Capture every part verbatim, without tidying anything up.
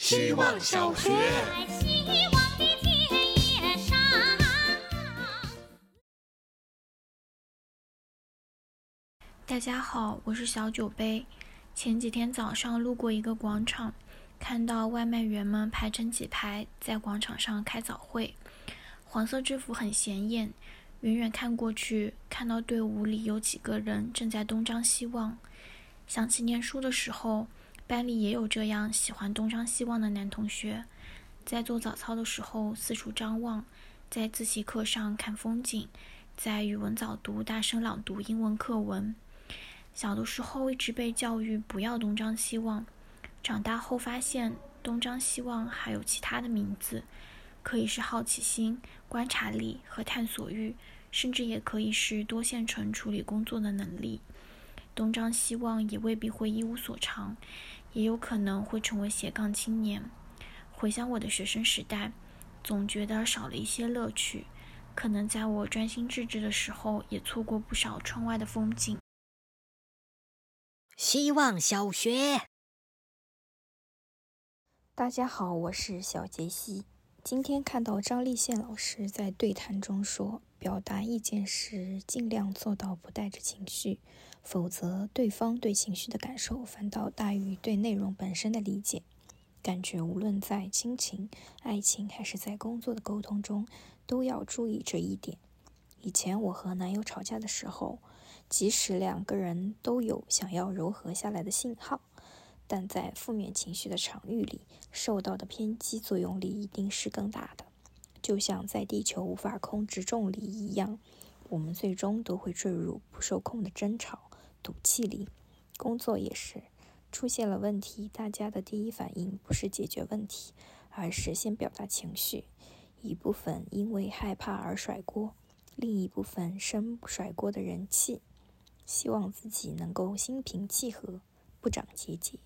希望小学。 大家好，我是小酒杯。前几天早上路过一个广场，看到外卖员们排成几排在广场上开早会，黄色制服很显眼，远远看过去，看到队伍里有几个人正在东张西望。想起念书的时候，班里也有这样喜欢东张西望的男同学，在做早操的时候四处张望，在自习课上看风景，在语文早读大声朗读英文课文。小的时候一直被教育不要东张西望，长大后发现东张西望还有其他的名字，可以是好奇心、观察力和探索欲，甚至也可以是多线程处理工作的能力。东张西望也未必会一无所长，也有可能会成为斜杠青年。回想我的学生时代，总觉得少了一些乐趣，可能在我专心致志的时候也错过不少窗外的风景。 希望小学。 大家好，我是小杰西。今天看到张立宪老师在对谈中说，表达意见时尽量做到不带着情绪，否则对方对情绪的感受反倒大于对内容本身的理解。感觉无论在亲情、爱情还是在工作的沟通中，都要注意这一点。以前我和男友吵架的时候，即使两个人都有想要柔和下来的信号，但在负面情绪的场域里，受到的偏激作用力一定是更大的。就像在地球无法控制重力一样，我们最终都会坠入不受控的争吵、赌气里。工作也是，出现了问题，大家的第一反应不是解决问题，而是先表达情绪。一部分因为害怕而甩锅，另一部分生甩锅的人气。希望自己能够心平气和，不长结节。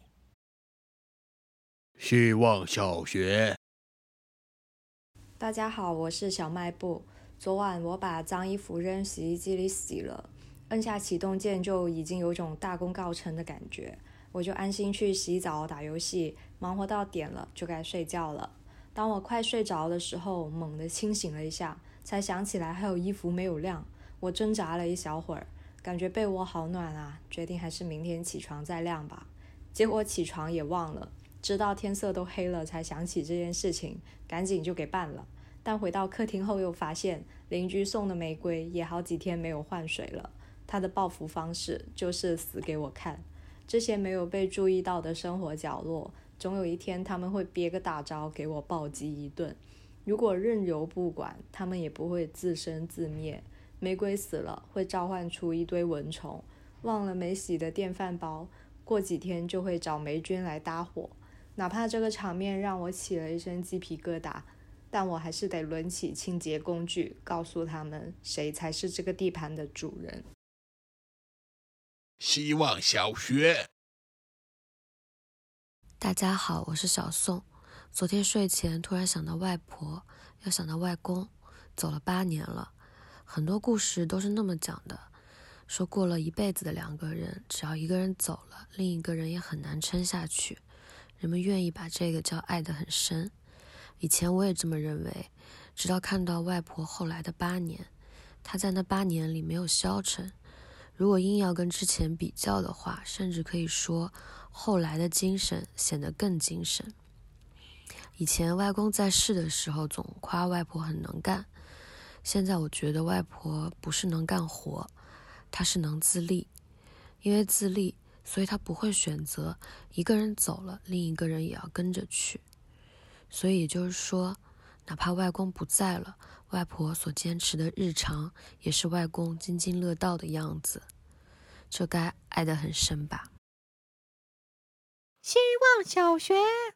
希望小学。 大家好，我是小卖部。昨晚我把脏衣服扔洗衣机里洗了，摁下启动键就已经有种大功告成的感觉，我就安心去洗澡打游戏，忙活到点了就该睡觉了。当我快睡着的时候，猛地清醒了一下，才想起来还有衣服没有晾。我挣扎了一小会儿，感觉被窝好暖啊，决定还是明天起床再晾吧。结果起床也忘了，直到天色都黑了才想起这件事情，赶紧就给办了。但回到客厅后又发现邻居送的玫瑰也好几天没有换水了，他的报复方式就是死给我看。这些没有被注意到的生活角落，总有一天他们会憋个大招给我暴击一顿。如果任由不管，他们也不会自生自灭。玫瑰死了会召唤出一堆蚊虫，忘了没洗的电饭煲过几天就会找霉菌来搭伙。哪怕这个场面让我起了一身鸡皮疙瘩，但我还是得抡起清洁工具，告诉他们谁才是这个地盘的主人。 希望小学。 大家好，我是小宋。昨天睡前突然想到外婆，又想到外公，走了八年了。很多故事都是那么讲的，说过了一辈子的两个人，只要一个人走了，另一个人也很难撑下去。人们愿意把这个叫爱得很深。以前我也这么认为，直到看到外婆后来的八年，她在那八年里没有消沉。如果硬要跟之前比较的话，甚至可以说后来的精神显得更精神。以前外公在世的时候总夸外婆很能干，现在我觉得外婆不是能干活，她是能自立。因为自立，所以她不会选择一个人走了，另一个人也要跟着去。所以也就是说，哪怕外公不在了，外婆所坚持的日常也是外公津津乐道的样子。这该爱得很深吧。 希望小学。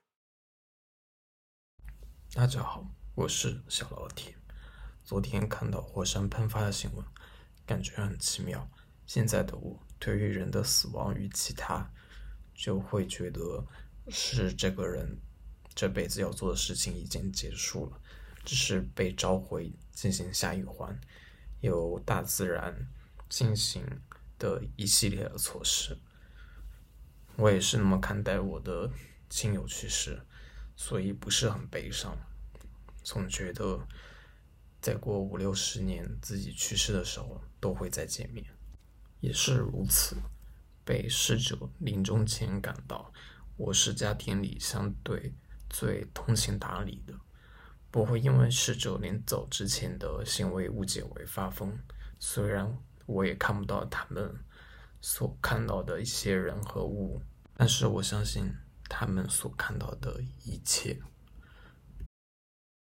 大家好，我是小老铁。昨天看到火山喷发的新闻，感觉很奇妙。现在的我对于人的死亡与其他，就会觉得是这个人这辈子要做的事情已经结束了，只是被召回进行下一环，由大自然进行的一系列的措施。我也是那么看待我的亲友去世， 所以不是很悲伤，总觉得再过五六十年自己去世的时候都会再见面。也是如此，被逝者临终前感到我是家庭里相对最通情达理的，不会因为逝者临走之前的行为误解为发疯。虽然我也看不到他们所看到的一些人和物，但是我相信他们所看到的一切。